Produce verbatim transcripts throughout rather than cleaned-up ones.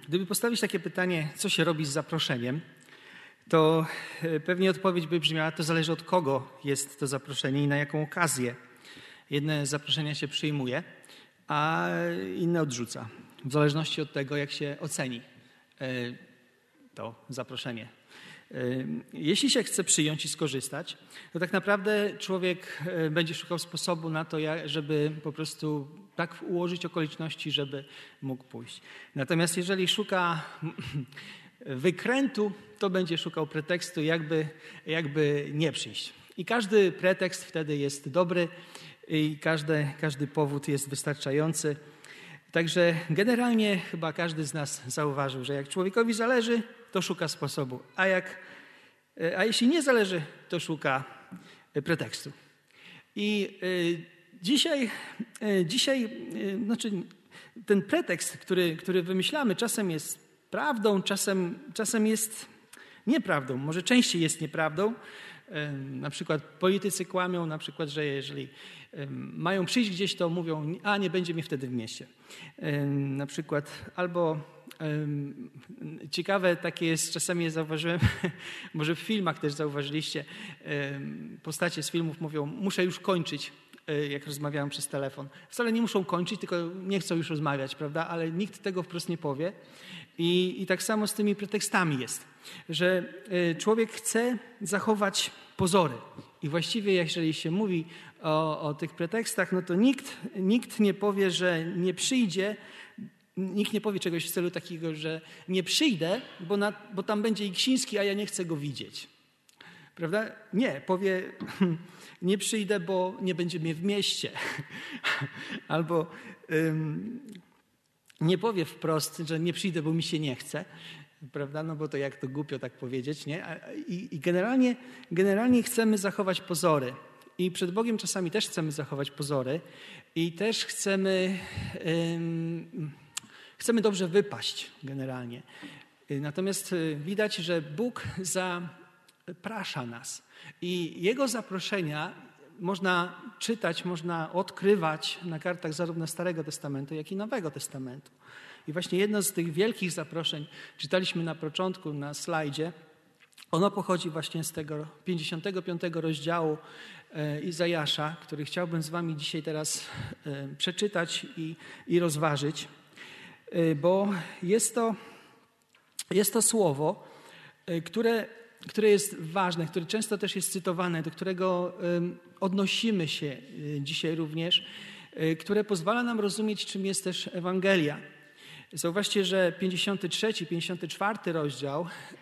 Gdyby postawić takie pytanie, co się robi z zaproszeniem, to pewnie odpowiedź by brzmiała, to zależy od kogo jest to zaproszenie i na jaką okazję. Jedne zaproszenia się przyjmuje, a inne odrzuca, w zależności od tego, jak się oceni to zaproszenie. Jeśli się chce przyjąć i skorzystać, to tak naprawdę człowiek będzie szukał sposobu na to, żeby po prostu tak ułożyć okoliczności, żeby mógł pójść. Natomiast jeżeli szuka wykrętu, to będzie szukał pretekstu, jakby, jakby nie przyjść. I każdy pretekst wtedy jest dobry i każdy, każdy powód jest wystarczający. Także generalnie chyba każdy z nas zauważył, że jak człowiekowi zależy, to szuka sposobu, a, jak, a jeśli nie zależy, to szuka pretekstu. I y, dzisiaj, y, dzisiaj y, znaczy ten pretekst, który, który wymyślamy, czasem jest prawdą, czasem, czasem jest nieprawdą, może częściej jest nieprawdą. Na przykład politycy kłamią, na przykład, że jeżeli mają przyjść gdzieś, to mówią, a nie będzie mnie wtedy w mieście. Na przykład albo ciekawe takie jest, czasami je zauważyłem, może w filmach też zauważyliście, postacie z filmów mówią, muszę już kończyć, jak rozmawiałem przez telefon. Wcale nie muszą kończyć, tylko nie chcą już rozmawiać, prawda? Ale nikt tego wprost nie powie. I, i tak samo z tymi pretekstami jest, że człowiek chce zachować pozory. I właściwie jeżeli się mówi o, o tych pretekstach, no to nikt, nikt nie powie, że nie przyjdzie, nikt nie powie czegoś w celu takiego, że nie przyjdę, bo, na, bo tam będzie Iksiński, a ja nie chcę go widzieć. Prawda? Nie, powie, nie przyjdę, bo nie będzie mnie w mieście. Albo ym, nie powie wprost, że nie przyjdę, bo mi się nie chce. Prawda? No bo to jak to głupio tak powiedzieć, nie? I, i generalnie, generalnie chcemy zachować pozory. I przed Bogiem czasami też chcemy zachować pozory. I też chcemy, ym, chcemy dobrze wypaść generalnie. Natomiast widać, że Bóg za zaprasza nas. I Jego zaproszenia można czytać, można odkrywać na kartach zarówno Starego Testamentu, jak i Nowego Testamentu. I właśnie jedno z tych wielkich zaproszeń czytaliśmy na początku, na slajdzie. Ono pochodzi właśnie z tego pięćdziesiątego piątego rozdziału Izajasza, który chciałbym z wami dzisiaj teraz przeczytać i, i rozważyć, bo jest to, jest to słowo, które które jest ważne, które często też jest cytowane, do którego odnosimy się dzisiaj również, które pozwala nam rozumieć, czym jest też Ewangelia. Zauważcie, że pięćdziesiąty trzeci, pięćdziesiąty czwarty rozdział,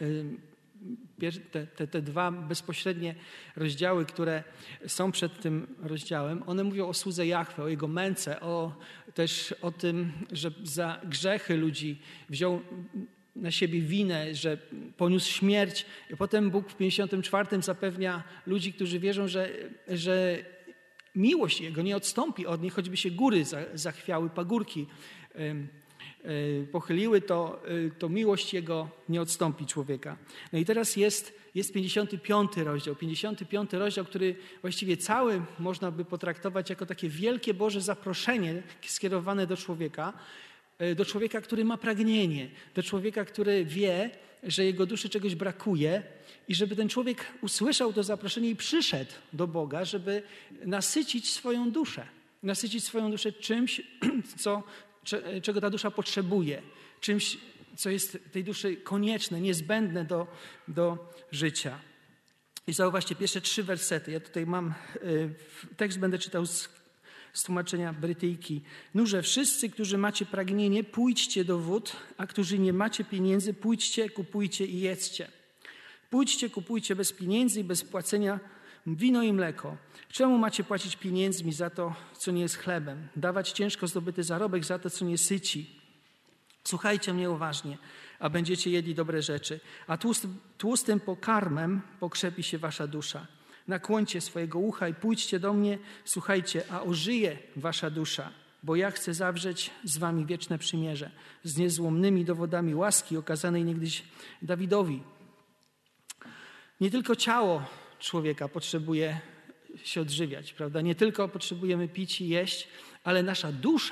te, te, te dwa bezpośrednie rozdziały, które są przed tym rozdziałem, one mówią o słudze Jahwe, o Jego męce, o, też o tym, że za grzechy ludzi wziął na siebie winę, że poniósł śmierć. I potem Bóg w pięćdziesiątym czwartym zapewnia ludzi, którzy wierzą, że, że miłość Jego nie odstąpi od nich, choćby się góry zachwiały, pagórki pochyliły, to, to miłość Jego nie odstąpi człowieka. No i teraz jest, jest pięćdziesiąty piąty rozdział. pięćdziesiąty piąty rozdział, który właściwie cały można by potraktować jako takie wielkie Boże zaproszenie skierowane do człowieka, do człowieka, który ma pragnienie, do człowieka, który wie, że jego duszy czegoś brakuje i żeby ten człowiek usłyszał to zaproszenie i przyszedł do Boga, żeby nasycić swoją duszę. Nasycić swoją duszę czymś, co, czego ta dusza potrzebuje. Czymś, co jest tej duszy konieczne, niezbędne do, do życia. I zauważcie, pierwsze trzy wersety. Ja tutaj mam, tekst będę czytał z z tłumaczenia Brytyjki. Nurze, wszyscy, którzy macie pragnienie, pójdźcie do wód, a którzy nie macie pieniędzy, pójdźcie, kupujcie i jedzcie. Pójdźcie, kupujcie bez pieniędzy i bez płacenia wino i mleko. Czemu macie płacić pieniędzmi za to, co nie jest chlebem? Dawać ciężko zdobyty zarobek za to, co nie syci. Słuchajcie mnie uważnie, a będziecie jedli dobre rzeczy. A tłust, tłustym pokarmem pokrzepi się wasza dusza. Nakłońcie swojego ucha i pójdźcie do mnie, słuchajcie, a ożyje wasza dusza, bo ja chcę zawrzeć z wami wieczne przymierze, z niezłomnymi dowodami łaski okazanej niegdyś Dawidowi. Nie tylko ciało człowieka potrzebuje się odżywiać, prawda? Nie tylko potrzebujemy pić i jeść, ale nasza dusza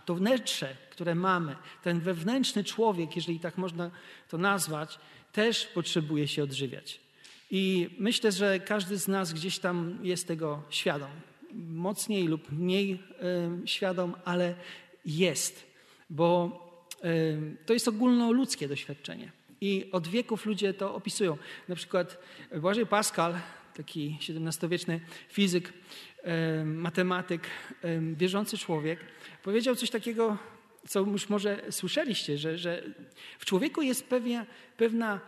to wnętrze, które mamy, ten wewnętrzny człowiek, jeżeli tak można to nazwać, też potrzebuje się odżywiać. I myślę, że każdy z nas gdzieś tam jest tego świadom. Mocniej lub mniej y, świadom, ale jest. Bo y, to jest ogólnoludzkie doświadczenie. I od wieków ludzie to opisują. Na przykład Błażej Pascal, taki siedemnastowieczny fizyk, y, matematyk, y, wierzący człowiek, powiedział coś takiego, co już może słyszeliście, że, że w człowieku jest pewna, pewna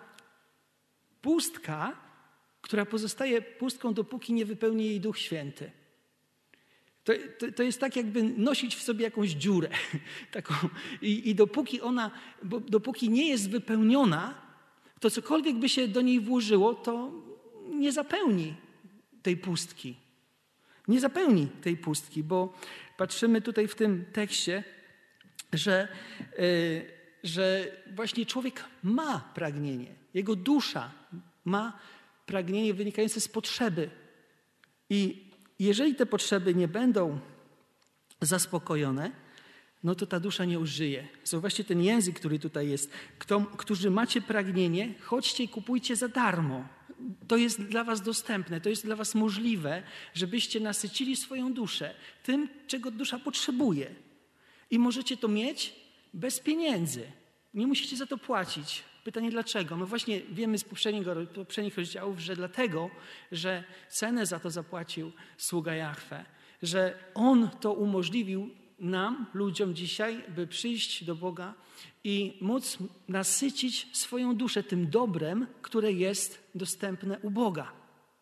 pustka, która pozostaje pustką, dopóki nie wypełni jej Duch Święty. To, to, to jest tak, jakby nosić w sobie jakąś dziurę. Taką. I, I dopóki ona, bo, dopóki nie jest wypełniona, to cokolwiek by się do niej włożyło, to nie zapełni tej pustki. Nie zapełni tej pustki, bo patrzymy tutaj w tym tekście, że, yy, że właśnie człowiek ma pragnienie. Jego dusza ma pragnienie wynikające z potrzeby. I jeżeli te potrzeby nie będą zaspokojone, no to ta dusza nie użyje. Zauważcie ten język, który tutaj jest. Kto, którzy macie pragnienie, chodźcie i kupujcie za darmo. To jest dla was dostępne, to jest dla was możliwe, żebyście nasycili swoją duszę tym, czego dusza potrzebuje. I możecie to mieć bez pieniędzy. Nie musicie za to płacić. Pytanie dlaczego? No właśnie wiemy z poprzedniego, poprzednich rozdziałów, że dlatego, że cenę za to zapłacił sługa Jahwe. Że On to umożliwił nam, ludziom dzisiaj, by przyjść do Boga i móc nasycić swoją duszę tym dobrem, które jest dostępne u Boga.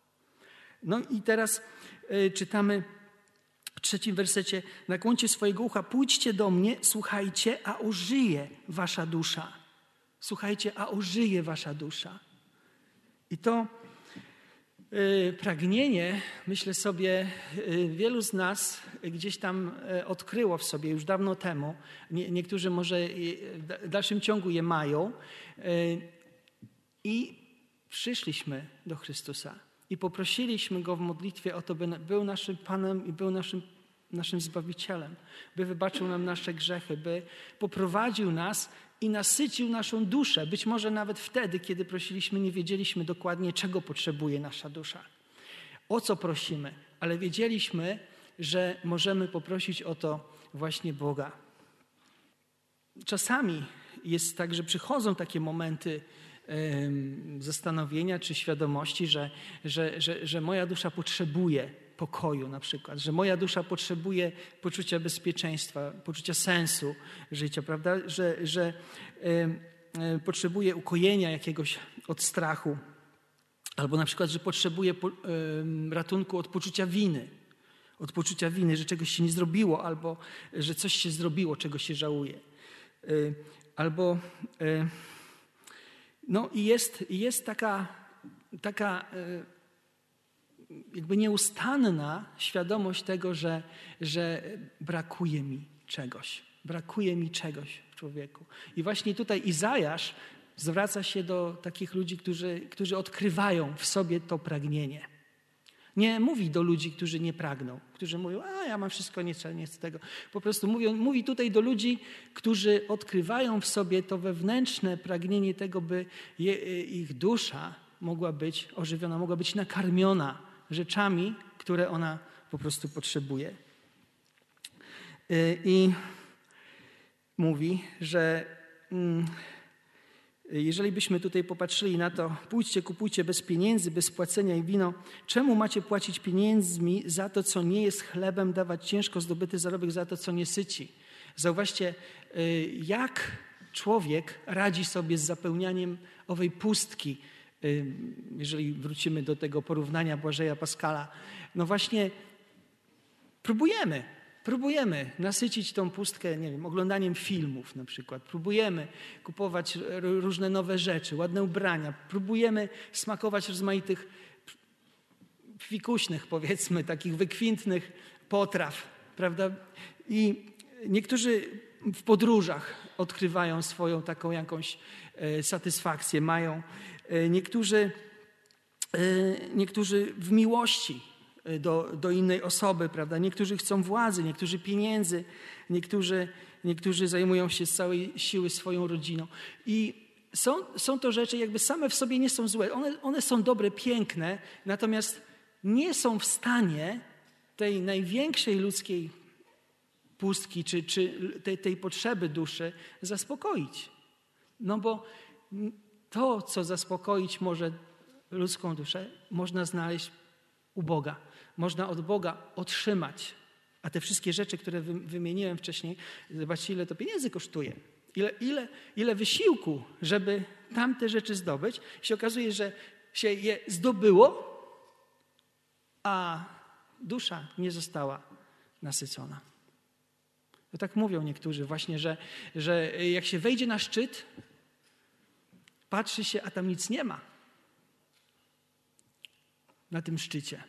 No i teraz y, czytamy w trzecim wersecie. Nakłoncie swojego ucha, pójdźcie do mnie, słuchajcie, a ożyje wasza dusza. Słuchajcie, a ożyje wasza dusza. I to y, pragnienie, myślę sobie, y, wielu z nas gdzieś tam y, odkryło w sobie już dawno temu. Nie, niektórzy może y, w dalszym ciągu je mają. Y, I przyszliśmy do Chrystusa i poprosiliśmy Go w modlitwie o to, by był naszym Panem i był naszym, naszym Zbawicielem, by wybaczył nam nasze grzechy, by poprowadził nas i nasycił naszą duszę. Być może nawet wtedy, kiedy prosiliśmy, nie wiedzieliśmy dokładnie, czego potrzebuje nasza dusza. O co prosimy, ale wiedzieliśmy, że możemy poprosić o to właśnie Boga. Czasami jest tak, że przychodzą takie momenty zastanowienia czy świadomości, że, że, że, że moja dusza potrzebuje pokoju na przykład, że moja dusza potrzebuje poczucia bezpieczeństwa, poczucia sensu życia, prawda? Że, że y, y, potrzebuje ukojenia jakiegoś od strachu, albo na przykład, że potrzebuje po, y, ratunku od poczucia winy, od poczucia winy, że czegoś się nie zrobiło, albo że coś się zrobiło, czego się żałuje. Y, albo y, no i jest, jest taka, taka jakby nieustanna świadomość tego, że, że brakuje mi czegoś. Brakuje mi czegoś w człowieku. I właśnie tutaj Izajasz zwraca się do takich ludzi, którzy, którzy odkrywają w sobie to pragnienie. Nie mówi do ludzi, którzy nie pragną, którzy mówią, a ja mam wszystko, nie chcę, nie chcę tego. Po prostu mówi, mówi tutaj do ludzi, którzy odkrywają w sobie to wewnętrzne pragnienie tego, by je, ich dusza mogła być ożywiona, mogła być nakarmiona rzeczami, które ona po prostu potrzebuje. I mówi, że jeżeli byśmy tutaj popatrzyli na to, pójdźcie, kupujcie bez pieniędzy, bez płacenia i wino, czemu macie płacić pieniędzmi za to, co nie jest chlebem, dawać ciężko zdobyty zarobek za to, co nie syci? Zauważcie, jak człowiek radzi sobie z zapełnianiem owej pustki, jeżeli wrócimy do tego porównania Błażeja Pascala. No właśnie próbujemy. Próbujemy nasycić tą pustkę, nie wiem, oglądaniem filmów na przykład. Próbujemy kupować różne nowe rzeczy, ładne ubrania. Próbujemy smakować rozmaitych fikuśnych, powiedzmy, takich wykwintnych potraw, prawda? I niektórzy w podróżach odkrywają swoją taką jakąś satysfakcję, mają. Niektórzy, niektórzy w miłości Do, do innej osoby, prawda? Niektórzy chcą władzy, niektórzy pieniędzy, niektórzy niektórzy zajmują się z całej siły swoją rodziną. I są, są to rzeczy jakby same w sobie nie są złe. One, one są dobre, piękne, natomiast nie są w stanie tej największej ludzkiej pustki czy, czy tej, tej potrzeby duszy zaspokoić. No bo to, co zaspokoić może ludzką duszę, można znaleźć u Boga. Można od Boga otrzymać. A te wszystkie rzeczy, które wymieniłem wcześniej, zobaczcie, ile to pieniędzy kosztuje. Ile, ile, ile wysiłku, żeby tamte rzeczy zdobyć. I się okazuje, że się je zdobyło, a dusza nie została nasycona. To tak mówią niektórzy właśnie, że, że jak się wejdzie na szczyt, patrzy się, a tam nic nie ma. Na tym szczycie.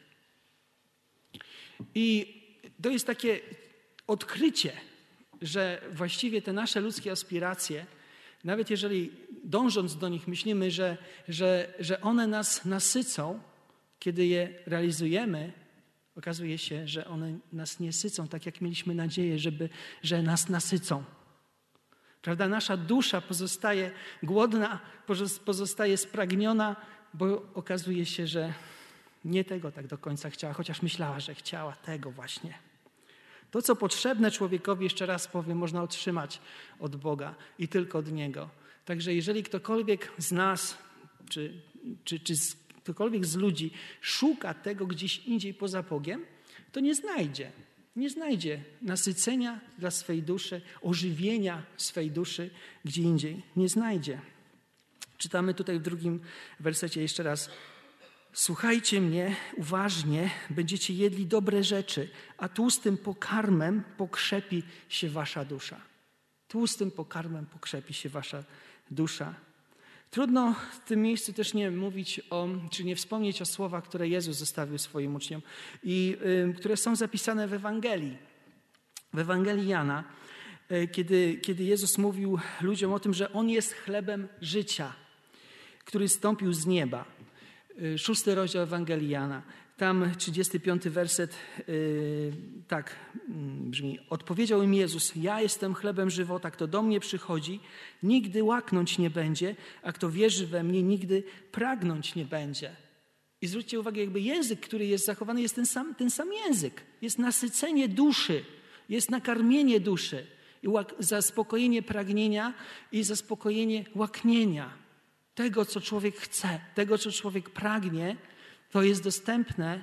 I to jest takie odkrycie, że właściwie te nasze ludzkie aspiracje, nawet jeżeli dążąc do nich myślimy, że, że, że one nas nasycą, kiedy je realizujemy, okazuje się, że one nas nie sycą, tak jak mieliśmy nadzieję, żeby, że nas nasycą. Prawda? Nasza dusza pozostaje głodna, pozostaje spragniona, bo okazuje się, że nie tego tak do końca chciała, chociaż myślała, że chciała tego właśnie. To, co potrzebne człowiekowi, jeszcze raz powiem, można otrzymać od Boga i tylko od Niego. Także jeżeli ktokolwiek z nas, czy, czy, czy z, ktokolwiek z ludzi szuka tego gdzieś indziej poza Bogiem, to nie znajdzie. Nie znajdzie nasycenia dla swej duszy, ożywienia swej duszy gdzie indziej. Nie znajdzie. Czytamy tutaj w drugim wersecie jeszcze raz. Słuchajcie mnie uważnie, będziecie jedli dobre rzeczy, a tłustym pokarmem pokrzepi się wasza dusza. Tłustym pokarmem pokrzepi się wasza dusza. Trudno w tym miejscu też nie mówić o, czy nie wspomnieć o słowach, które Jezus zostawił swoim uczniom i y, które są zapisane w Ewangelii. W Ewangelii Jana, y, kiedy, kiedy Jezus mówił ludziom o tym, że On jest chlebem życia, który zstąpił z nieba. Szósty rozdział Ewangelii Jana. Tam trzydziesty piąty werset yy, tak brzmi. Odpowiedział im Jezus, ja jestem chlebem żywota, kto do mnie przychodzi, nigdy łaknąć nie będzie, a kto wierzy we mnie, nigdy pragnąć nie będzie. I zwróćcie uwagę, jakby język, który jest zachowany, jest ten sam, ten sam język. Jest nasycenie duszy, jest nakarmienie duszy, i łak- zaspokojenie pragnienia i zaspokojenie łaknienia. Tego, co człowiek chce, tego, co człowiek pragnie, to jest dostępne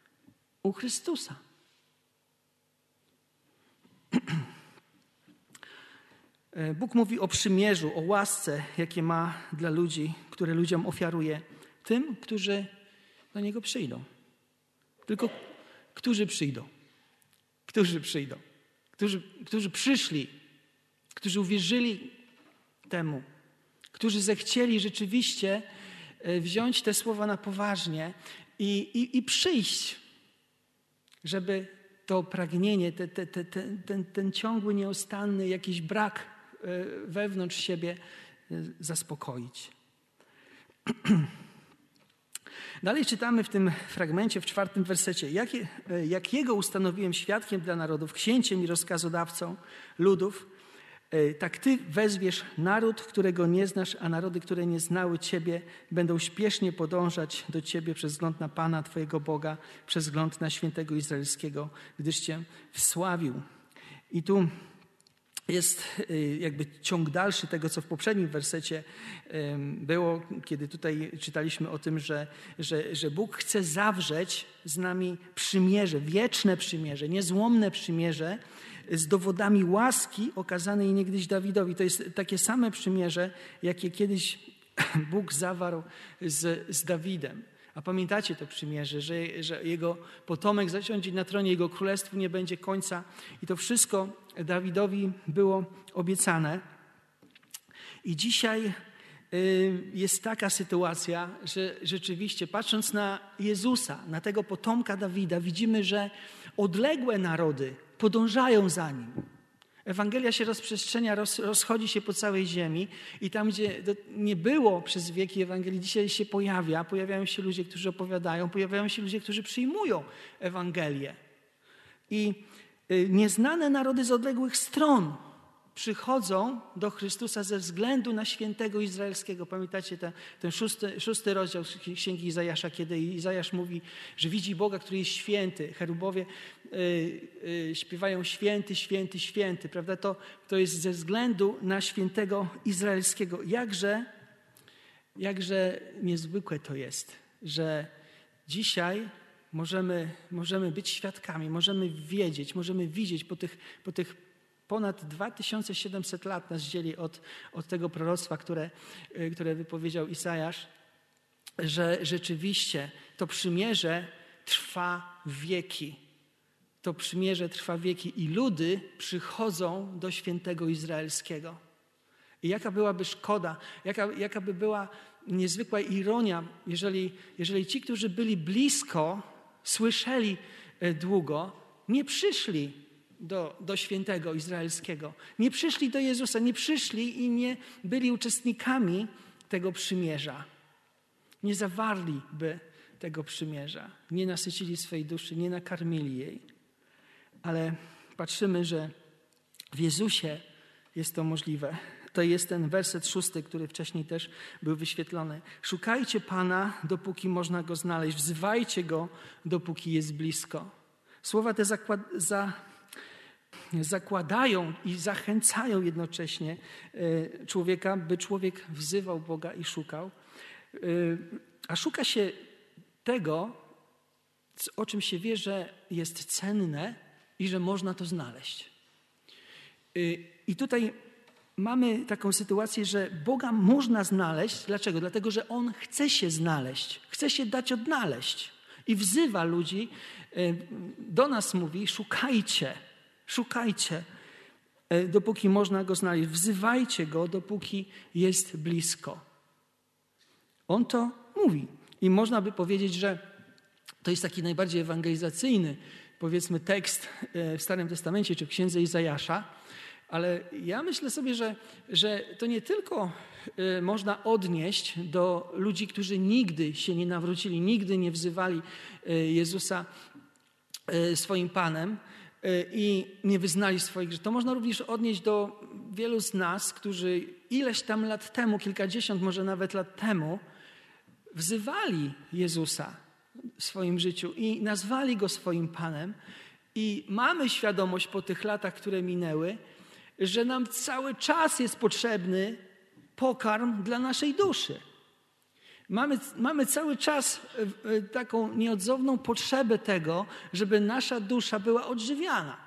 u Chrystusa. Bóg mówi o przymierzu, o łasce, jakie ma dla ludzi, które ludziom ofiaruje. Tym, którzy do Niego przyjdą. Tylko którzy przyjdą? Którzy przyjdą? Którzy, którzy przyszli, którzy uwierzyli temu, którzy zechcieli rzeczywiście wziąć te słowa na poważnie i, i, i przyjść, żeby to pragnienie, te, te, te, ten, ten, ten ciągły, nieustanny jakiś brak wewnątrz siebie zaspokoić. Dalej czytamy w tym fragmencie, w czwartym wersecie. Jak, jakiego ustanowiłem świadkiem dla narodów, księciem i rozkazodawcą ludów, tak Ty wezwiesz naród, którego nie znasz, a narody, które nie znały Ciebie, będą śpiesznie podążać do Ciebie przez wzgląd na Pana, Twojego Boga, przez wzgląd na Świętego Izraelskiego, gdyż Cię wsławił. I tu jest jakby ciąg dalszy tego, co w poprzednim wersecie było, kiedy tutaj czytaliśmy o tym, że, że, że Bóg chce zawrzeć z nami przymierze, wieczne przymierze, niezłomne przymierze z dowodami łaski okazanej niegdyś Dawidowi. To jest takie same przymierze, jakie kiedyś Bóg zawarł z, z Dawidem. A pamiętacie to przymierze, że, że jego potomek zasiądzie na tronie, jego królestwu nie będzie końca. I to wszystko Dawidowi było obiecane. I dzisiaj y, jest taka sytuacja, że rzeczywiście patrząc na Jezusa, na tego potomka Dawida, widzimy, że odległe narody podążają za Nim. Ewangelia się rozprzestrzenia, roz, rozchodzi się po całej ziemi i tam, gdzie nie było przez wieki Ewangelii, dzisiaj się pojawia. Pojawiają się ludzie, którzy opowiadają, pojawiają się ludzie, którzy przyjmują Ewangelię. I nieznane narody z odległych stron przychodzą do Chrystusa ze względu na świętego Izraelskiego. Pamiętacie ten, ten szósty, szósty rozdział Księgi Izajasza, kiedy Izajasz mówi, że widzi Boga, który jest święty. Cherubowie y, y, śpiewają święty, święty, święty. Prawda? To, to jest ze względu na świętego Izraelskiego. Jakże, jakże niezwykłe to jest, że dzisiaj możemy, możemy być świadkami, możemy wiedzieć, możemy widzieć po tych, po tych ponad dwa tysiące siedemset lat nas dzieli od, od tego proroctwa, które, które wypowiedział Izajasz, że rzeczywiście to przymierze trwa wieki. To przymierze trwa wieki i ludy przychodzą do świętego Izraelskiego. I jaka byłaby szkoda, jaka, jaka by była niezwykła ironia, jeżeli, jeżeli ci, którzy byli blisko, słyszeli długo, nie przyszli do, do świętego Izraelskiego. Nie przyszli do Jezusa, nie przyszli i nie byli uczestnikami tego przymierza. Nie zawarliby tego przymierza. Nie nasycili swej duszy, nie nakarmili jej. Ale patrzymy, że w Jezusie jest to możliwe. To jest ten werset szósty, który wcześniej też był wyświetlony. Szukajcie Pana, dopóki można Go znaleźć. Wzywajcie Go, dopóki jest blisko. Słowa te zakład, za, zakładają i zachęcają jednocześnie człowieka, by człowiek wzywał Boga i szukał. A szuka się tego, o czym się wie, że jest cenne i że można to znaleźć. I tutaj mamy taką sytuację, że Boga można znaleźć. Dlaczego? Dlatego, że On chce się znaleźć. Chce się dać odnaleźć. I wzywa ludzi, do nas mówi, szukajcie, szukajcie, dopóki można Go znaleźć. Wzywajcie Go, dopóki jest blisko. On to mówi. I można by powiedzieć, że to jest taki najbardziej ewangelizacyjny, powiedzmy, tekst w Starym Testamencie czy w Księdze Izajasza. Ale ja myślę sobie, że, że to nie tylko y, można odnieść do ludzi, którzy nigdy się nie nawrócili, nigdy nie wzywali y, Jezusa y, swoim Panem y, i nie wyznali swoich grzechów. To można również odnieść do wielu z nas, którzy ileś tam lat temu, kilkadziesiąt może nawet lat temu, wzywali Jezusa w swoim życiu i nazwali Go swoim Panem. I mamy świadomość po tych latach, które minęły, że nam cały czas jest potrzebny pokarm dla naszej duszy. Mamy, mamy cały czas taką nieodzowną potrzebę tego, żeby nasza dusza była odżywiana.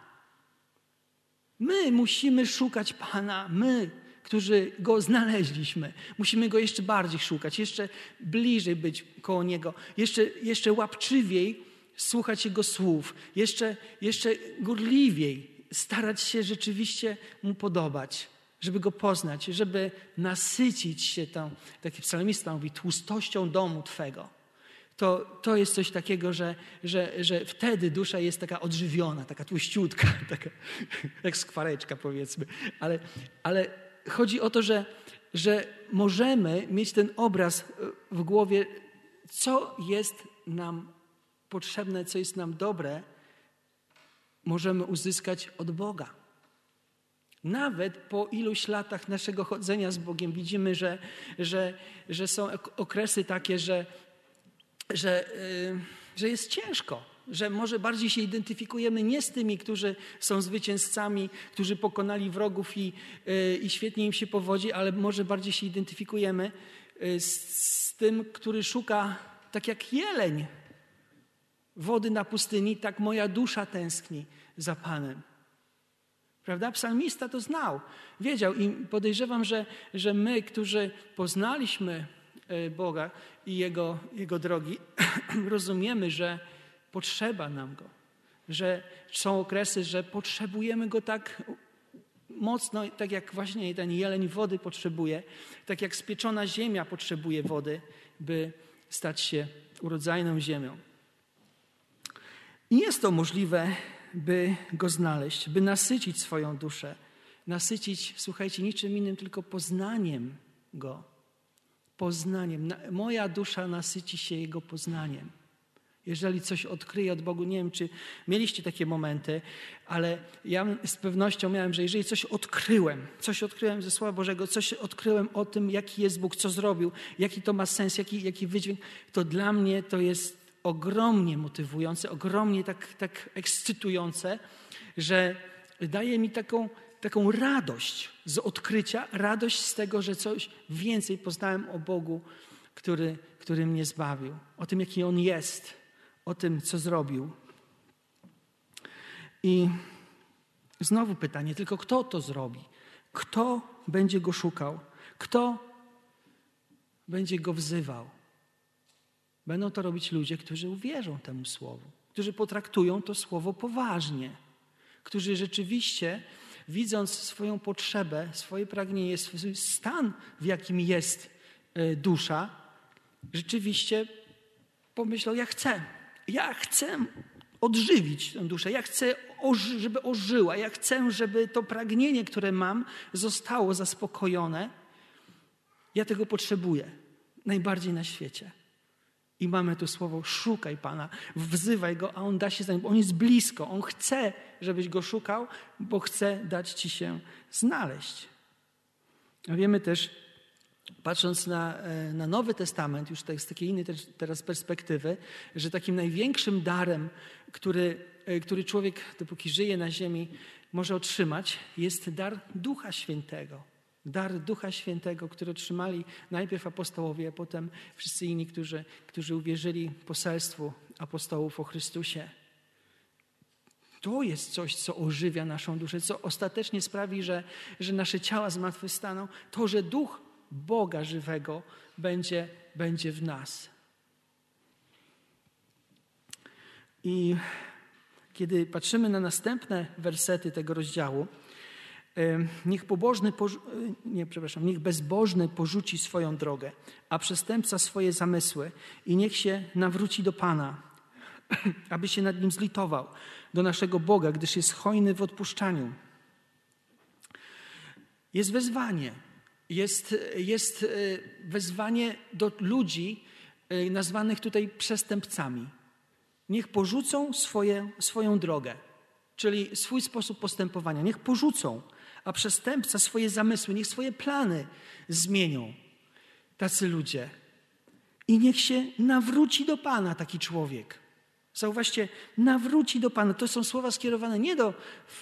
My musimy szukać Pana, my, którzy Go znaleźliśmy. Musimy Go jeszcze bardziej szukać, jeszcze bliżej być koło Niego, jeszcze, jeszcze łapczywiej słuchać Jego słów, jeszcze, jeszcze gorliwiej starać się rzeczywiście Mu podobać, żeby Go poznać, żeby nasycić się tą, taki psalmista mówi, tłustością domu Twego. To, to jest coś takiego, że, że, że wtedy dusza jest taka odżywiona, taka tłuściutka, taka jak skwareczka powiedzmy. Ale, ale chodzi o to, że, że możemy mieć ten obraz w głowie, co jest nam potrzebne, co jest nam dobre, możemy uzyskać od Boga. Nawet po iluś latach naszego chodzenia z Bogiem widzimy, że, że, że są okresy takie, że, że, yy, że jest ciężko, że może bardziej się identyfikujemy nie z tymi, którzy są zwycięzcami, którzy pokonali wrogów i, yy, i świetnie im się powodzi, ale może bardziej się identyfikujemy yy, z, z tym, który szuka tak jak jeleń wody na pustyni, tak moja dusza tęskni za Panem. Prawda? Psalmista to znał, wiedział i podejrzewam, że, że my, którzy poznaliśmy Boga i Jego, Jego drogi, rozumiemy, że potrzeba nam Go, że są okresy, że potrzebujemy Go tak mocno, tak jak właśnie ten jeleń wody potrzebuje, tak jak spieczona ziemia potrzebuje wody, by stać się urodzajną ziemią. I jest to możliwe, by Go znaleźć, by nasycić swoją duszę. Nasycić, słuchajcie, niczym innym, tylko poznaniem Go. Poznaniem. Moja dusza nasyci się Jego poznaniem. Jeżeli coś odkryję od Bogu, nie wiem, czy mieliście takie momenty, ale ja z pewnością miałem, że jeżeli coś odkryłem, coś odkryłem ze Słowa Bożego, coś odkryłem o tym, jaki jest Bóg, co zrobił, jaki to ma sens, jaki, jaki wydźwięk, to dla mnie to jest ogromnie motywujące, ogromnie tak, tak ekscytujące, że daje mi taką, taką radość z odkrycia, radość z tego, że coś więcej poznałem o Bogu, który, który mnie zbawił, o tym, jaki On jest, o tym, co zrobił. I znowu pytanie, tylko kto to zrobi? Kto będzie Go szukał? Kto będzie Go wzywał? Będą to robić ludzie, którzy uwierzą temu Słowu, którzy potraktują to Słowo poważnie, którzy rzeczywiście, widząc swoją potrzebę, swoje pragnienie, swój stan, w jakim jest dusza, rzeczywiście pomyślą, ja chcę, ja chcę odżywić tę duszę, ja chcę, żeby ożyła, ja chcę, żeby to pragnienie, które mam, zostało zaspokojone. Ja tego potrzebuję najbardziej na świecie. I mamy tu słowo, szukaj Pana, wzywaj Go, a On da się za nim, bo On jest blisko, On chce, żebyś Go szukał, bo chce dać ci się znaleźć. A wiemy też, patrząc na, na Nowy Testament, już z takiej innej teraz perspektywy, że takim największym darem, który, który człowiek, dopóki żyje na ziemi, może otrzymać, jest dar Ducha Świętego. Dar Ducha Świętego, który otrzymali najpierw apostołowie, a potem wszyscy inni, którzy, którzy uwierzyli poselstwu apostołów o Chrystusie. To jest coś, co ożywia naszą duszę, co ostatecznie sprawi, że, że nasze ciała zmartwychwstaną. To, że Duch Boga żywego będzie, będzie w nas. I kiedy patrzymy na następne wersety tego rozdziału, niech pobożny, nie, przepraszam, niech bezbożny porzuci swoją drogę, a przestępca swoje zamysły i niech się nawróci do Pana, aby się nad nim zlitował, do naszego Boga, gdyż jest hojny w odpuszczaniu. Jest wezwanie. Jest, jest wezwanie do ludzi nazwanych tutaj przestępcami. Niech porzucą swoje, swoją drogę, czyli swój sposób postępowania. Niech porzucą, a przestępca swoje zamysły, niech swoje plany zmienią. Tacy ludzie. I niech się nawróci do Pana taki człowiek. Zauważcie, nawróci do Pana. To są słowa skierowane nie do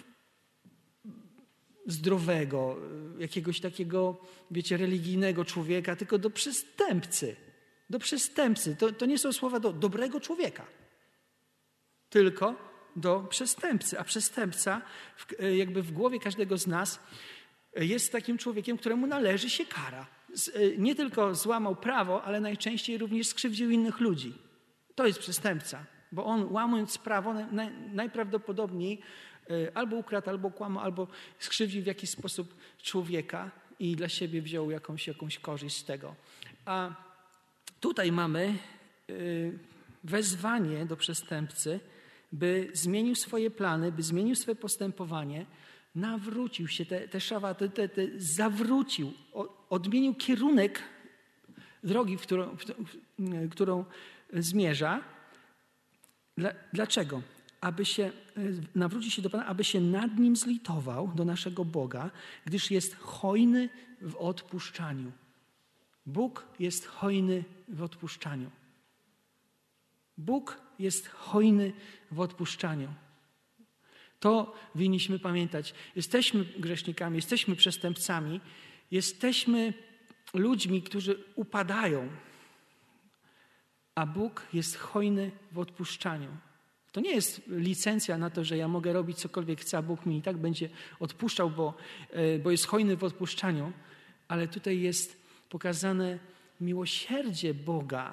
zdrowego, jakiegoś takiego, wiecie, religijnego człowieka, tylko do przestępcy. Do przestępcy. To, to nie są słowa do dobrego człowieka, tylko do przestępcy. A przestępca w, jakby w głowie każdego z nas jest takim człowiekiem, któremu należy się kara. Nie tylko złamał prawo, ale najczęściej również skrzywdził innych ludzi. To jest przestępca, bo on łamując prawo naj, najprawdopodobniej albo ukradł, albo kłamał, albo skrzywdził w jakiś sposób człowieka i dla siebie wziął jakąś, jakąś korzyść z tego. A tutaj mamy wezwanie do przestępcy, by zmienił swoje plany, by zmienił swoje postępowanie, nawrócił się, te, te szawaty, te, te, zawrócił, odmienił kierunek drogi, w którą, w, w, którą zmierza. Dla, dlaczego? Aby się, nawrócił się do Pana, aby się nad Nim zlitował, do naszego Boga, gdyż jest hojny w odpuszczaniu. Bóg jest hojny w odpuszczaniu. Bóg jest hojny w odpuszczaniu. To winniśmy pamiętać. Jesteśmy grzesznikami, jesteśmy przestępcami, jesteśmy ludźmi, którzy upadają, a Bóg jest hojny w odpuszczaniu. To nie jest licencja na to, że ja mogę robić cokolwiek chcę, a Bóg mi i tak będzie odpuszczał, bo, bo jest hojny w odpuszczaniu, ale tutaj jest pokazane miłosierdzie Boga.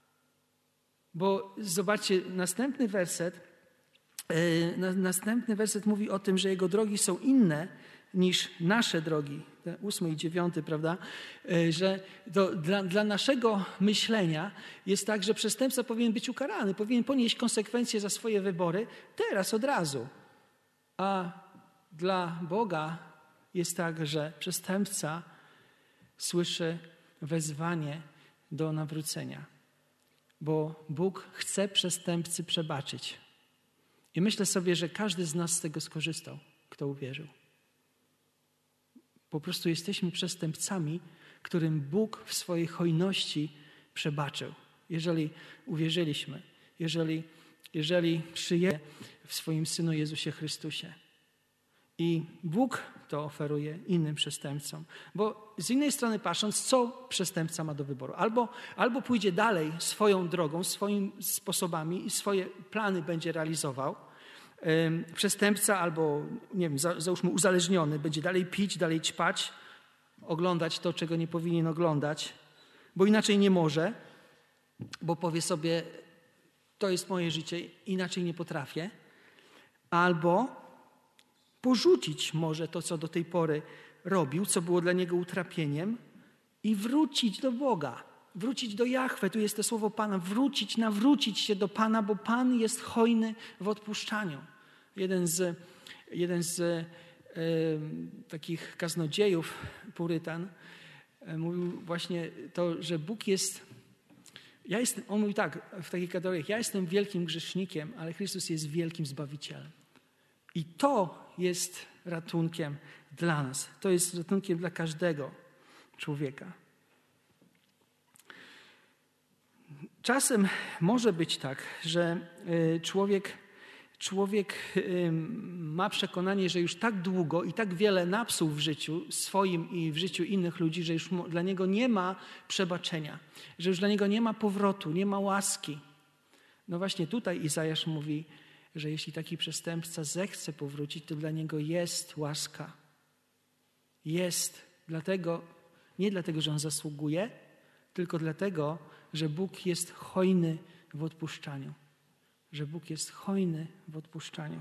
Bo zobaczcie, następny werset, następny werset mówi o tym, że Jego drogi są inne niż nasze drogi. Ten ósmy i dziewiąty, prawda? Że to dla, dla naszego myślenia jest tak, że przestępca powinien być ukarany, powinien ponieść konsekwencje za swoje wybory teraz, od razu. A dla Boga jest tak, że przestępca słyszy wezwanie do nawrócenia. bo Bóg chce przestępcy przebaczyć. I myślę sobie, że każdy z nas z tego skorzystał, kto uwierzył. Po prostu jesteśmy przestępcami, którym Bóg w swojej hojności przebaczył. Jeżeli uwierzyliśmy, jeżeli, jeżeli przyjęliśmy w swoim Synu Jezusie Chrystusie. I Bóg to oferuje innym przestępcom. Bo z innej strony patrząc, co przestępca ma do wyboru? Albo, albo pójdzie dalej swoją drogą, swoimi sposobami i swoje plany będzie realizował. Ym, przestępca albo, nie wiem, za, załóżmy uzależniony, będzie dalej pić, dalej ćpać, oglądać to, czego nie powinien oglądać, bo inaczej nie może, bo powie sobie, to jest moje życie, inaczej nie potrafię. Albo porzucić może to, co do tej pory robił, co było dla niego utrapieniem i wrócić do Boga, wrócić do Jahwe. Tu jest to słowo Pana, wrócić, nawrócić się do Pana, bo Pan jest hojny w odpuszczaniu. Jeden z, jeden z e, takich kaznodziejów, purytan, e, mówił właśnie to, że Bóg jest, ja jestem, on mówi tak w takich kategoriach, ja jestem wielkim grzesznikiem, ale Chrystus jest wielkim Zbawicielem. I to jest ratunkiem dla nas. To jest ratunkiem dla każdego człowieka. Czasem może być tak, że człowiek, człowiek ma przekonanie, że już tak długo i tak wiele napsuł w życiu swoim i w życiu innych ludzi, że już dla niego nie ma przebaczenia, że już dla niego nie ma powrotu, nie ma łaski. No właśnie tutaj Izajasz mówi, że jeśli taki przestępca zechce powrócić, to dla niego jest łaska. Jest. Dlatego, nie dlatego, że on zasługuje, tylko dlatego, że Bóg jest hojny w odpuszczaniu. Że Bóg jest hojny w odpuszczaniu.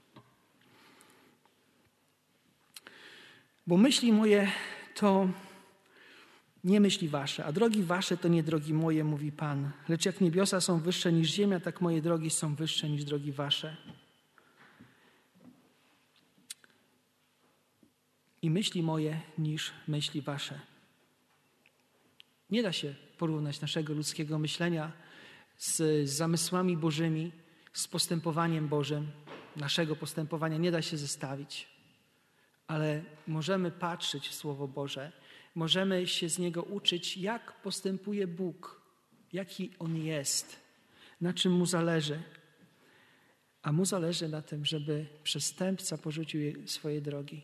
Bo myśli moje to nie myśli wasze, a drogi wasze to nie drogi moje, mówi Pan. Lecz jak niebiosa są wyższe niż ziemia, tak moje drogi są wyższe niż drogi wasze. I myśli moje niż myśli wasze. Nie da się porównać naszego ludzkiego myślenia z zamysłami Bożymi, z postępowaniem Bożym. Naszego postępowania nie da się zestawić. Ale możemy patrzeć w Słowo Boże, możemy się z niego uczyć, jak postępuje Bóg, jaki On jest, na czym Mu zależy. A Mu zależy na tym, żeby przestępca porzucił swoje drogi.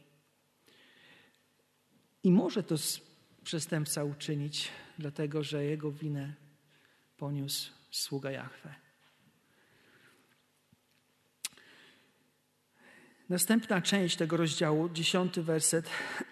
I może to przestępca uczynić, dlatego że jego winę poniósł sługa Jahwe. Następna część tego rozdziału, dziesiąty werset.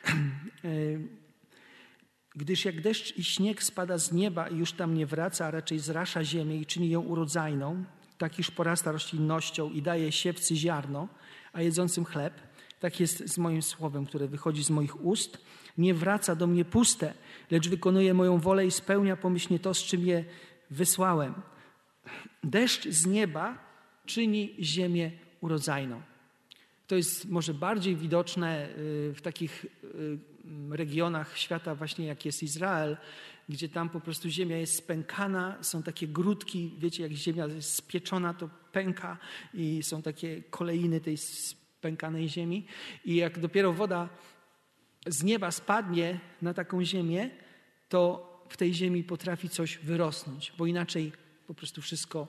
Gdyż jak deszcz i śnieg spada z nieba i już tam nie wraca, a raczej zrasza ziemię i czyni ją urodzajną, tak iż porasta roślinnością i daje siewcy ziarno, a jedzącym chleb, tak jest z moim słowem, które wychodzi z moich ust. Nie wraca do mnie puste, lecz wykonuje moją wolę i spełnia pomyślnie to, z czym je wysłałem. Deszcz z nieba czyni ziemię urodzajną. To jest może bardziej widoczne w takich regionach świata właśnie jak jest Izrael, gdzie tam po prostu ziemia jest spękana, są takie grudki, wiecie, jak ziemia jest spieczona, to pęka i są takie kolejny tej spękanej ziemi. I jak dopiero woda z nieba spadnie na taką ziemię, to w tej ziemi potrafi coś wyrosnąć, bo inaczej po prostu wszystko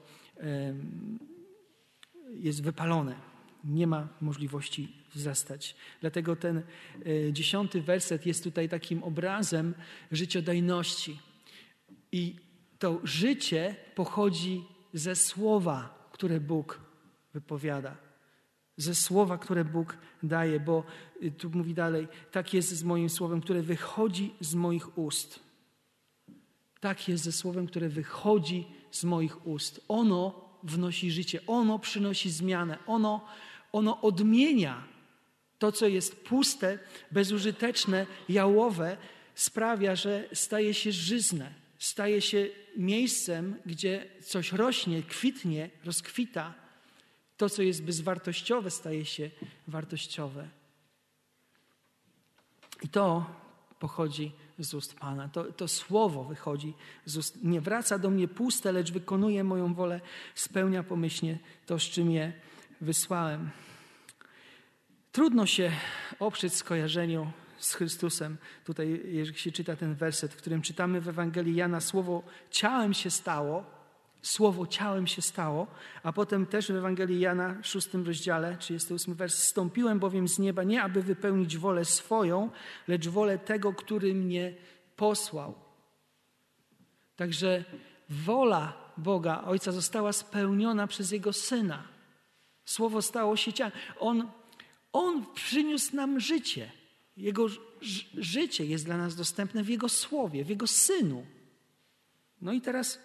jest wypalone. Nie ma możliwości wzrastać. Dlatego ten dziesiąty werset jest tutaj takim obrazem życiodajności. I to życie pochodzi ze słowa, które Bóg wypowiada. Ze słowa, które Bóg daje, bo tu mówi dalej, tak jest z moim słowem, które wychodzi z moich ust. Tak jest ze słowem, które wychodzi z moich ust. Ono wnosi życie, ono przynosi zmianę, ono, ono odmienia to, co jest puste, bezużyteczne, jałowe, sprawia, że staje się żyzne, staje się miejscem, gdzie coś rośnie, kwitnie, rozkwita. To, co jest bezwartościowe, staje się wartościowe. I to pochodzi z ust Pana. To, to słowo wychodzi z ust. Nie wraca do mnie puste, lecz wykonuje moją wolę, spełnia pomyślnie to, z czym je wysłałem. Trudno się oprzeć skojarzeniu z Chrystusem. Tutaj, jeżeli się czyta ten werset, w którym czytamy w Ewangelii Jana, słowo ciałem się stało, słowo ciałem się stało, a potem też w Ewangelii Jana, w szóstym rozdziale, trzydziesty ósmy wers, zstąpiłem bowiem z nieba nie aby wypełnić wolę swoją, lecz wolę tego, który mnie posłał. Także wola Boga, Ojca, została spełniona przez Jego Syna. Słowo stało się ciałem. On, on przyniósł nam życie. Jego ż- życie jest dla nas dostępne w Jego Słowie, w Jego Synu. No i teraz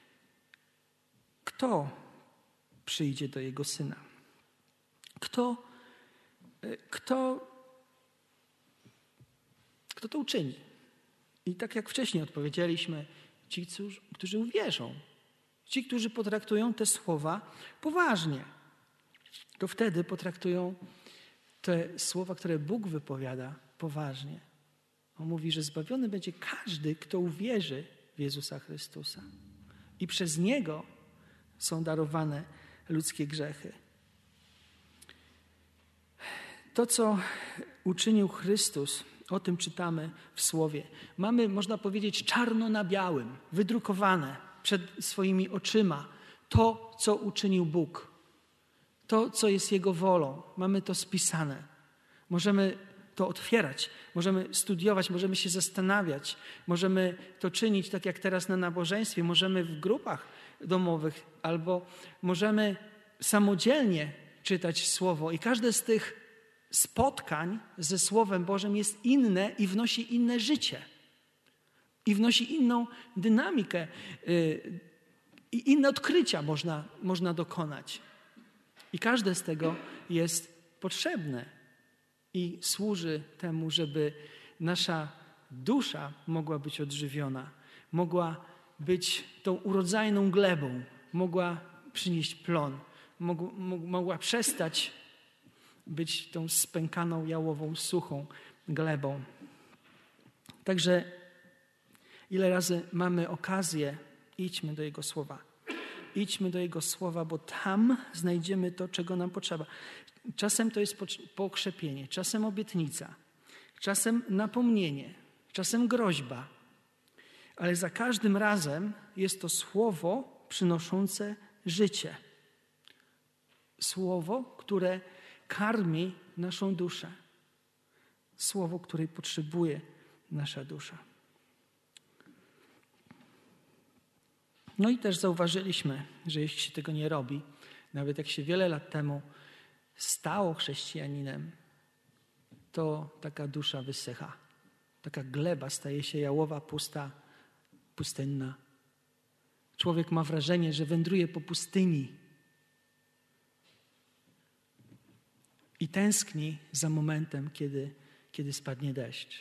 kto przyjdzie do Jego Syna? Kto, kto, kto to uczyni? I tak jak wcześniej odpowiedzieliśmy, ci, którzy uwierzą, ci, którzy potraktują te słowa poważnie, to wtedy potraktują te słowa, które Bóg wypowiada, poważnie. On mówi, że zbawiony będzie każdy, kto uwierzy w Jezusa Chrystusa. I przez Niego są darowane ludzkie grzechy. To, co uczynił Chrystus, o tym czytamy w Słowie. Mamy, można powiedzieć, czarno na białym, wydrukowane przed swoimi oczyma to, co uczynił Bóg. To, co jest Jego wolą. Mamy to spisane. Możemy to otwierać, możemy studiować, możemy się zastanawiać, możemy to czynić tak jak teraz na nabożeństwie, możemy w grupach domowych albo możemy samodzielnie czytać Słowo i każde z tych spotkań ze Słowem Bożym jest inne i wnosi inne życie i wnosi inną dynamikę i inne odkrycia można, można dokonać. I każde z tego jest potrzebne i służy temu, żeby nasza dusza mogła być odżywiona, mogła być tą urodzajną glebą, mogła przynieść plon, mogła, mogła przestać być tą spękaną, jałową, suchą glebą. Także ile razy mamy okazję, idźmy do Jego Słowa. Idźmy do Jego Słowa, bo tam znajdziemy to, czego nam potrzeba. Czasem to jest pokrzepienie, czasem obietnica, czasem napomnienie, czasem groźba. Ale za każdym razem jest to słowo przynoszące życie. Słowo, które karmi naszą duszę. Słowo, której potrzebuje nasza dusza. No i też zauważyliśmy, że jeśli się tego nie robi, nawet jak się wiele lat temu stało chrześcijaninem, to taka dusza wysycha. Taka gleba staje się jałowa, pusta, pustynna. Człowiek ma wrażenie, że wędruje po pustyni i tęskni za momentem, kiedy, kiedy spadnie deszcz.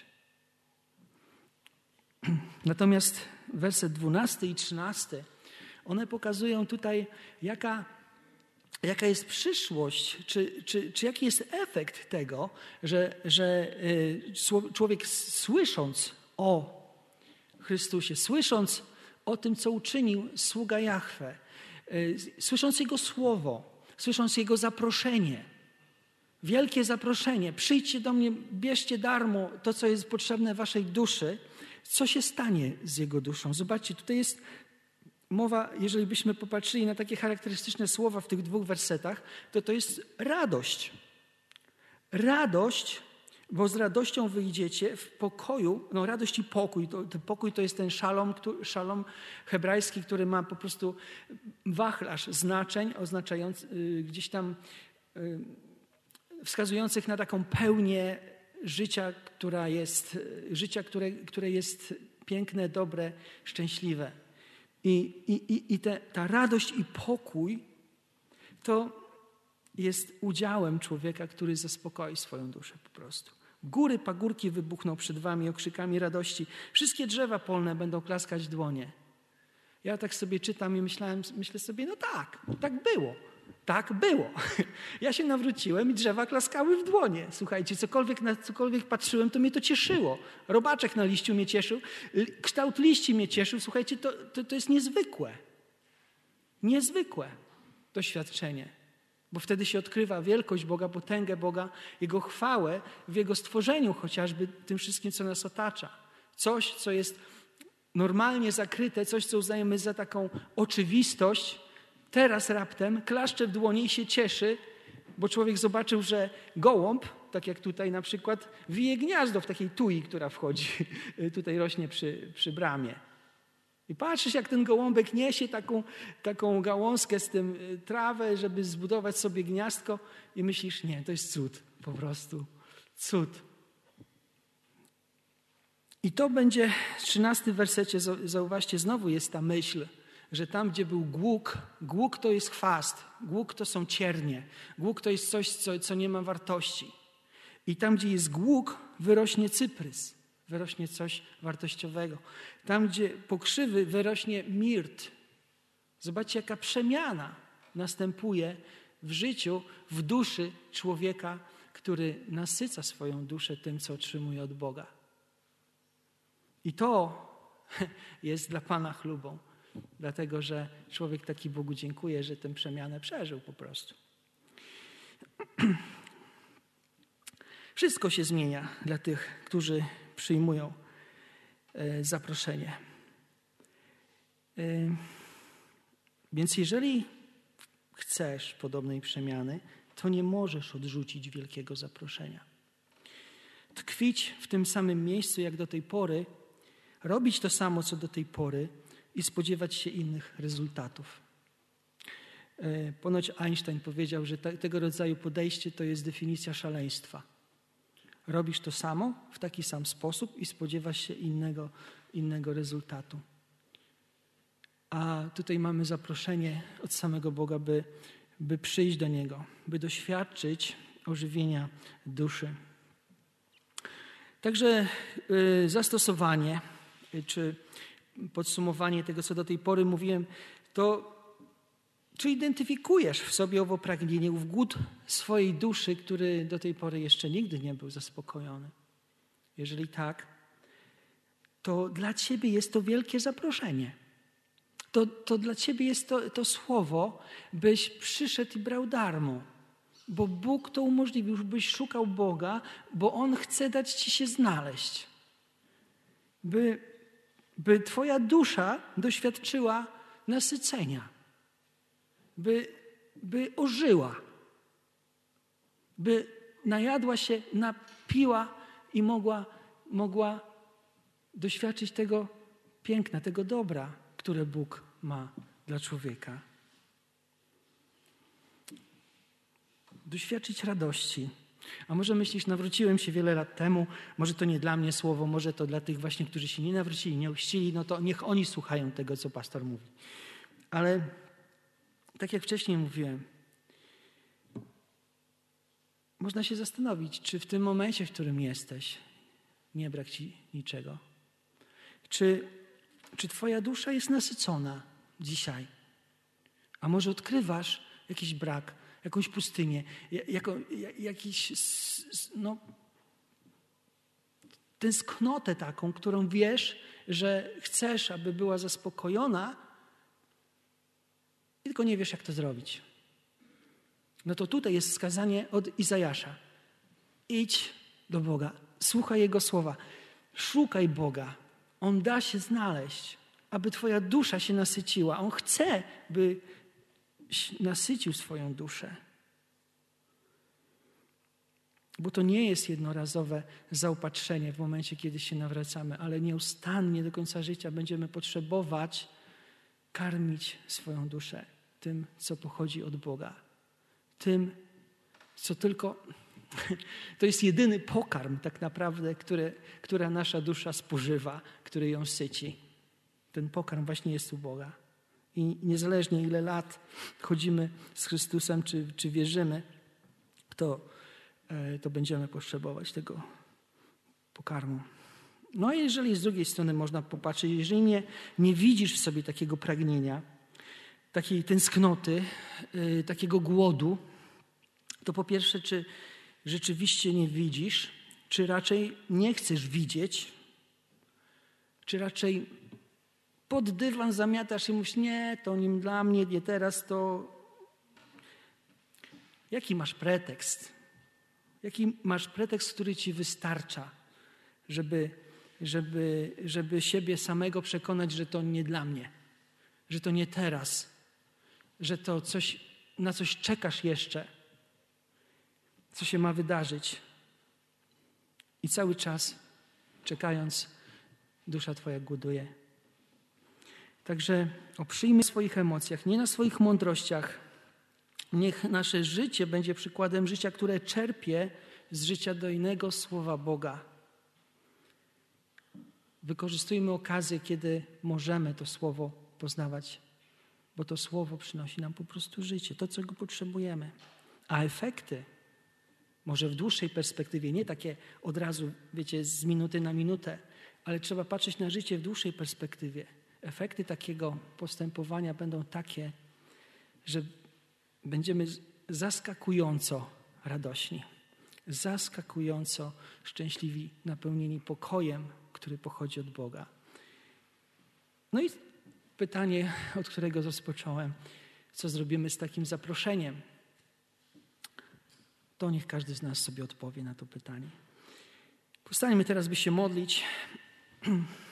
Natomiast werset dwunasty i trzynasty, one pokazują tutaj, jaka, jaka jest przyszłość, czy, czy, czy jaki jest efekt tego, że, że człowiek słysząc o Chrystusie, słysząc o tym, co uczynił sługa Jahwe, słysząc Jego słowo, słysząc Jego zaproszenie, wielkie zaproszenie, przyjdźcie do mnie, bierzcie darmo to, co jest potrzebne waszej duszy, co się stanie z jego duszą? Zobaczcie, tutaj jest mowa, jeżeli byśmy popatrzyli na takie charakterystyczne słowa w tych dwóch wersetach, to to jest radość. Radość, bo z radością wyjdziecie w pokoju, no radość i pokój. To, to pokój to jest ten szalom, który, szalom hebrajski, który ma po prostu wachlarz znaczeń oznaczający y, gdzieś tam y, wskazujących na taką pełnię życia, która jest, życia, które, które jest piękne, dobre, szczęśliwe. I, i, i te, ta radość i pokój to jest udziałem człowieka, który zaspokoi swoją duszę po prostu. Góry, pagórki wybuchną przed wami okrzykami radości. Wszystkie drzewa polne będą klaskać dłonie. Ja tak sobie czytam i myślałem, myślę sobie, no tak, tak było. Tak było. Ja się nawróciłem i drzewa klaskały w dłonie. Słuchajcie, cokolwiek, na cokolwiek patrzyłem, to mnie to cieszyło. Robaczek na liściu mnie cieszył, kształt liści mnie cieszył. Słuchajcie, to, to, to jest niezwykłe. Niezwykłe doświadczenie. Bo wtedy się odkrywa wielkość Boga, potęgę Boga, Jego chwałę w Jego stworzeniu, chociażby tym wszystkim, co nas otacza. Coś, co jest normalnie zakryte, coś, co uznajemy za taką oczywistość, teraz raptem klaszcze w dłoni i się cieszy, bo człowiek zobaczył, że gołąb, tak jak tutaj na przykład, wije gniazdo w takiej tui, która wchodzi, tutaj rośnie przy, przy bramie. I patrzysz, jak ten gołąbek niesie taką, taką gałązkę z tym trawę, żeby zbudować sobie gniazdko i myślisz, nie, to jest cud, po prostu cud. I to będzie w trzynastym wersecie, zauważcie, znowu jest ta myśl, że tam, gdzie był głuk, głuk to jest chwast, głuk to są ciernie, głuk to jest coś, co, co nie ma wartości. I tam, gdzie jest głuk, wyrośnie cyprys, wyrośnie coś wartościowego. Tam, gdzie pokrzywy, wyrośnie mirt. Zobaczcie, jaka przemiana następuje w życiu, w duszy człowieka, który nasyca swoją duszę tym, co otrzymuje od Boga. I to jest dla Pana chlubą. Dlatego, że człowiek taki Bogu dziękuje, że tę przemianę przeżył po prostu. Wszystko się zmienia dla tych, którzy przyjmują zaproszenie. Więc jeżeli chcesz podobnej przemiany, to nie możesz odrzucić wielkiego zaproszenia. Tkwić w tym samym miejscu jak do tej pory, robić to samo co do tej pory i spodziewać się innych rezultatów. Ponoć Einstein powiedział, że te, tego rodzaju podejście to jest definicja szaleństwa. Robisz to samo w taki sam sposób i spodziewasz się innego, innego rezultatu. A tutaj mamy zaproszenie od samego Boga, by, by przyjść do Niego, by doświadczyć ożywienia duszy. Także y, zastosowanie, y, czy podsumowanie tego, co do tej pory mówiłem, to czy identyfikujesz w sobie owo pragnienie, ów głód swojej duszy, który do tej pory jeszcze nigdy nie był zaspokojony? Jeżeli tak, to dla ciebie jest to wielkie zaproszenie. To, to dla ciebie jest to, to słowo, byś przyszedł i brał darmo. Bo Bóg to umożliwił, byś szukał Boga, bo On chce dać ci się znaleźć. By, by twoja dusza doświadczyła nasycenia. By, by ożyła. By najadła się, napiła i mogła, mogła doświadczyć tego piękna, tego dobra, które Bóg ma dla człowieka. Doświadczyć radości. A może myślisz, nawróciłem się wiele lat temu, może to nie dla mnie słowo, może to dla tych właśnie, którzy się nie nawrócili, nie ochrzcili, no to niech oni słuchają tego, co pastor mówi. Ale tak jak wcześniej mówiłem, można się zastanowić, czy w tym momencie, w którym jesteś, nie brak ci niczego. Czy, czy twoja dusza jest nasycona dzisiaj? A może odkrywasz jakiś brak, jakąś pustynię, jako, jakiś, no, tęsknotę taką, którą wiesz, że chcesz, aby była zaspokojona, i tylko nie wiesz, jak to zrobić. No to tutaj jest wskazanie od Izajasza. Idź do Boga, słuchaj Jego słowa, szukaj Boga. On da się znaleźć, aby twoja dusza się nasyciła. On chce, by nasycił swoją duszę. Bo to nie jest jednorazowe zaopatrzenie w momencie, kiedy się nawracamy, ale nieustannie do końca życia będziemy potrzebować karmić swoją duszę tym, co pochodzi od Boga. Tym, co tylko... To jest jedyny pokarm tak naprawdę, który, która nasza dusza spożywa, który ją syci. Ten pokarm właśnie jest u Boga. I niezależnie ile lat chodzimy z Chrystusem, czy, czy wierzymy, to, to będziemy potrzebować tego pokarmu. No i jeżeli z drugiej strony można popatrzeć, jeżeli nie, nie widzisz w sobie takiego pragnienia, takiej tęsknoty, yy, takiego głodu, to po pierwsze, czy rzeczywiście nie widzisz, czy raczej nie chcesz widzieć, czy raczej pod dywan zamiatasz i mówisz, nie, to nie dla mnie, nie teraz, to... Jaki masz pretekst? Jaki masz pretekst, który ci wystarcza, żeby, żeby, żeby siebie samego przekonać, że to nie dla mnie, że to nie teraz, że to coś, na coś czekasz jeszcze, co się ma wydarzyć. I cały czas, czekając, dusza twoja głoduje. Także oprzyjmy w swoich emocjach, nie na swoich mądrościach. Niech nasze życie będzie przykładem życia, które czerpie z życia dojnego Słowa Boga. Wykorzystujmy okazję, kiedy możemy to Słowo poznawać, bo to Słowo przynosi nam po prostu życie, to, czego potrzebujemy. A efekty, może w dłuższej perspektywie, nie takie od razu, wiecie, z minuty na minutę, ale trzeba patrzeć na życie w dłuższej perspektywie. Efekty takiego postępowania będą takie, że będziemy zaskakująco radośni, zaskakująco szczęśliwi, napełnieni pokojem, który pochodzi od Boga. No i pytanie, od którego rozpocząłem, co zrobimy z takim zaproszeniem? To niech każdy z nas sobie odpowie na to pytanie. Postańmy teraz, by się modlić.